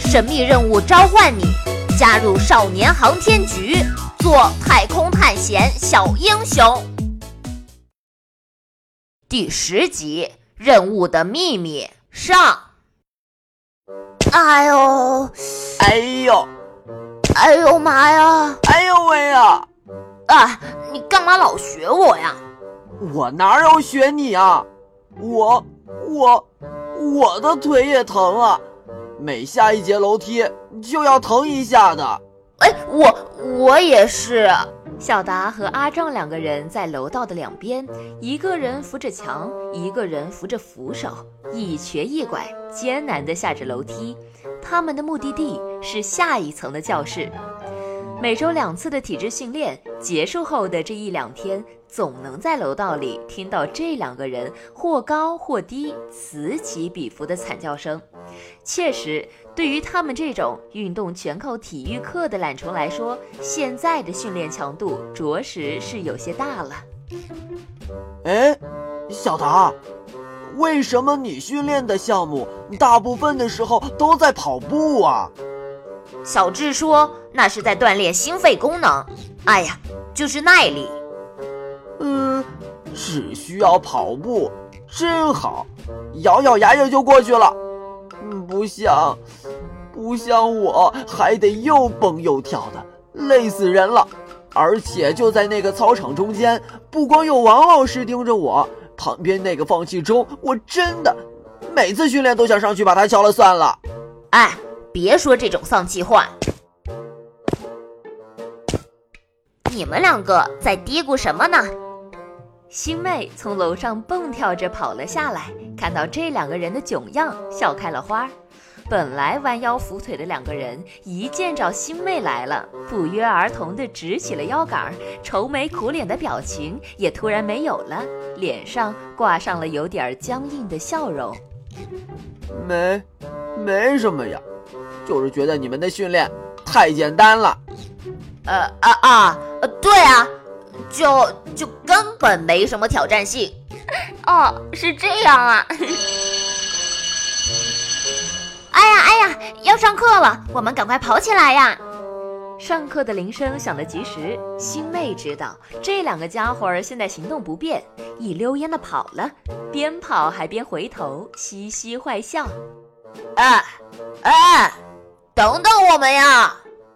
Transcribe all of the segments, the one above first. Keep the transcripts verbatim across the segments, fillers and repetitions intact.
神秘任务召唤你，加入少年航天局，做太空探险小英雄。第十集，任务的秘密上。哎呦， 哎呦， 哎呦妈呀！ 哎呦喂啊！ 啊，你干嘛老学我呀？ 我哪有学你啊？我我我的腿也疼啊，每下一节楼梯就要疼一下的。 哎，我我也是。 小达和阿壮两个人在楼道的两边，一个人扶着墙，一个人扶着扶手，一瘸一拐，艰难地下着楼梯。他们的目的地是下一层的教室。每周两次的体质训练结束后的这一两天，总能在楼道里听到这两个人或高或低、此起彼伏的惨叫声。确实，对于他们这种运动全靠体育课的懒虫来说，现在的训练强度着实是有些大了。 哎，小达，为什么你训练的项目大部分的时候都在跑步啊？ 小智说那是在锻炼心肺功能。哎呀，就是耐力。 嗯，只需要跑步，真好，咬咬牙也就过去了。嗯，不像，不像我还得又蹦又跳的，累死人了。而且就在那个操场中间，不光有王老师盯着我，旁边那个放气钟，我真的每次训练都想上去把它敲了算了。 哎，别说这种丧气话。你们两个在嘀咕什么呢？ 星妹从楼上蹦跳着跑了下来，看到这两个人的囧样，笑开了花。本来弯腰扶腿的两个人，一见着星妹来了，不约而同地直起了腰杆，愁眉苦脸的表情也突然没有了，脸上挂上了有点僵硬的笑容。 没没什么呀，就是觉得你们的训练太简单了。 呃啊啊，对啊，就就根本没什么挑战性。哦，是这样啊。哎呀哎呀，要上课了，我们赶快跑起来呀！ 上课的铃声响得及时，星妹知道这两个家伙现在行动不便，一溜烟的跑了，边跑还边回头嘻嘻坏笑。 哎哎，等等我们呀！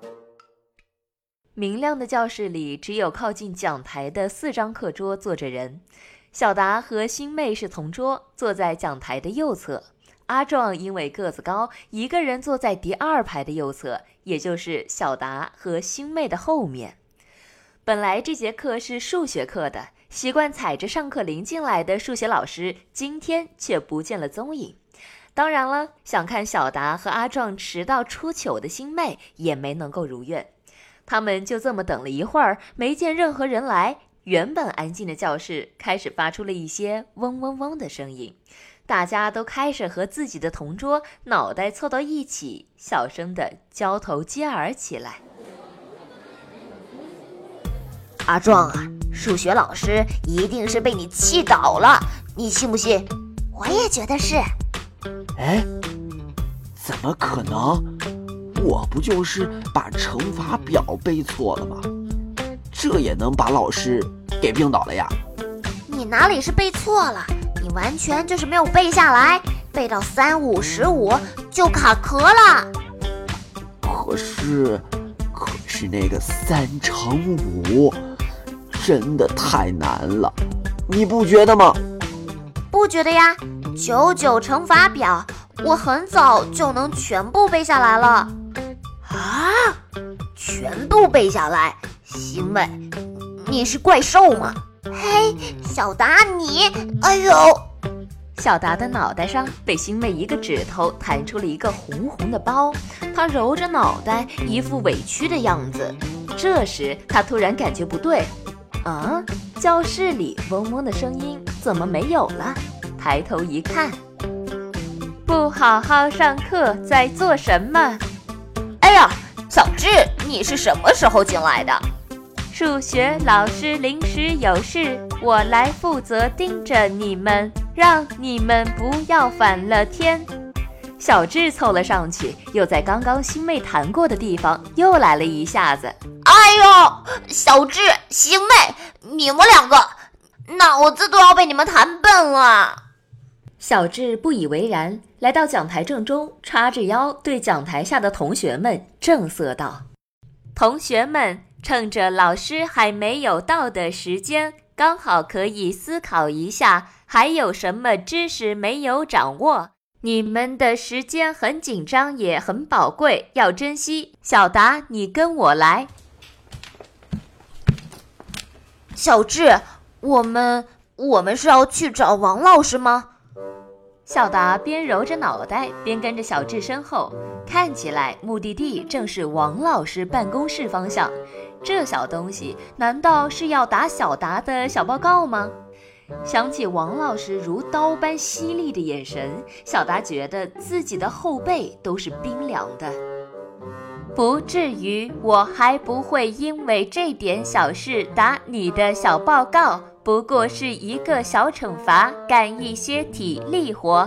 明亮的教室里只有靠近讲台的四张课桌坐着人，小达和星妹是同桌，坐在讲台的右侧。阿壮因为个子高，一个人坐在第二排的右侧，也就是小达和星妹的后面。本来这节课是数学课的，习惯踩着上课铃进来的数学老师今天却不见了踪影。当然了，想看小达和阿壮迟到出糗的星妹也没能够如愿。他们就这么等了一会儿，没见任何人来，原本安静的教室开始发出了一些嗡嗡嗡的声音。大家都开始和自己的同桌脑袋凑到一起，小声地交头接耳起来。 阿壮啊，数学老师一定是被你气倒了，你信不信？ 我也觉得是。 哎，怎么可能？我不就是把乘法表背错了吗？这也能把老师给病倒了呀？ 你哪里是背错了？你完全就是没有背下来，背到三五十五就卡壳了。 可是，可是那个三乘五真的太难了，你不觉得吗？ 不觉得呀，九九乘法表我很早就能全部背下来了。 啊，全部背下来？星妹，你是怪兽吗？ 嘿，小达你，哎呦！ 小达的脑袋上被星妹一个指头弹出了一个红红的包，他揉着脑袋，一副委屈的样子。这时他突然感觉不对，啊，教室里嗡嗡的声音怎么没有了？抬头一看，不好好上课，在做什么？ 哎呀，小智，你是什么时候进来的？ 数学老师临时有事，我来负责盯着你们，让你们不要反了天。 小智凑了上去，又在刚刚星妹弹过的地方又来了一下子。 哎呦，小智、星妹，你们两个脑子都要被你们弹笨了。 小智不以为然，来到讲台正中，叉着腰对讲台下的同学们正色道：同学们，趁着老师还没有到的时间，刚好可以思考一下，还有什么知识没有掌握。你们的时间很紧张，也很宝贵，要珍惜。小达，你跟我来。 小智，我们我们是要去找王老师吗？ 小达边揉着脑袋边跟着小智身后，看起来目的地正是王老师办公室方向。这小东西难道是要打小达的小报告吗？想起王老师如刀般犀利的眼神，小达觉得自己的后背都是冰凉的。不至于，我还不会因为这点小事打你的小报告，不过是一个小惩罚，干一些体力活。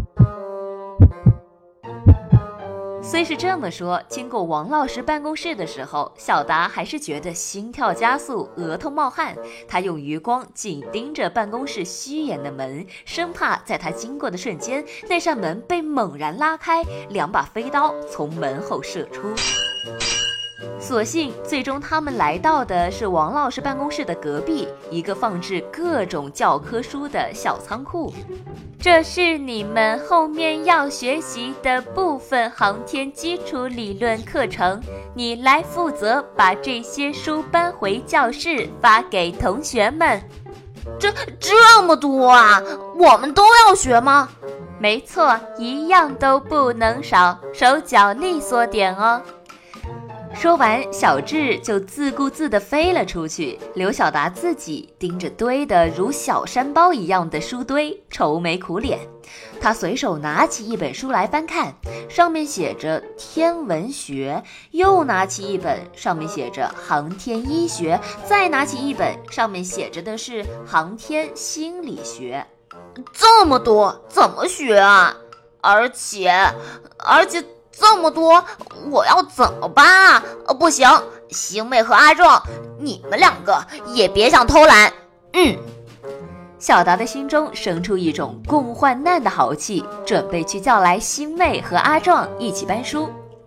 虽是这么说，经过王老师办公室的时候，小达还是觉得心跳加速，额头冒汗。他用余光紧盯着办公室虚掩的门，生怕在他经过的瞬间，那扇门被猛然拉开，两把飞刀从门后射出。所幸最终他们来到的是王老师办公室的隔壁，一个放置各种教科书的小仓库。这是你们后面要学习的部分航天基础理论课程，你来负责把这些书搬回教室，发给同学们。 这这么多啊，我们都要学吗？ 没错，一样都不能少，手脚利索点哦。说完，小智就自顾自地飞了出去，刘小达自己盯着堆得如小山包一样的书堆，愁眉苦脸。他随手拿起一本书来翻看，上面写着天文学，又拿起一本，上面写着航天医学，再拿起一本，上面写着的是航天心理学。 这么多，怎么学啊？而且，而且。这么多，我要怎么办啊？呃，不行，星妹和阿壮，你们两个也别想偷懒。嗯， 小达的心中生出一种共患难的豪气，准备去叫来星妹和阿壮一起搬书。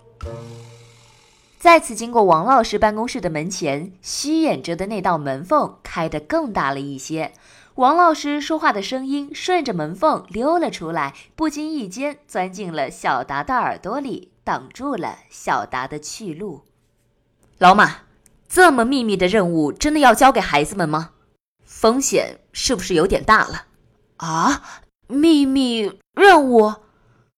再次经过王老师办公室的门前，虚掩着的那道门缝开得更大了一些。王老师说话的声音顺着门缝溜了出来，不经意间钻进了小达的耳朵里，挡住了小达的去路。老马，这么秘密的任务真的要交给孩子们吗？风险是不是有点大了？ 啊，秘密任务？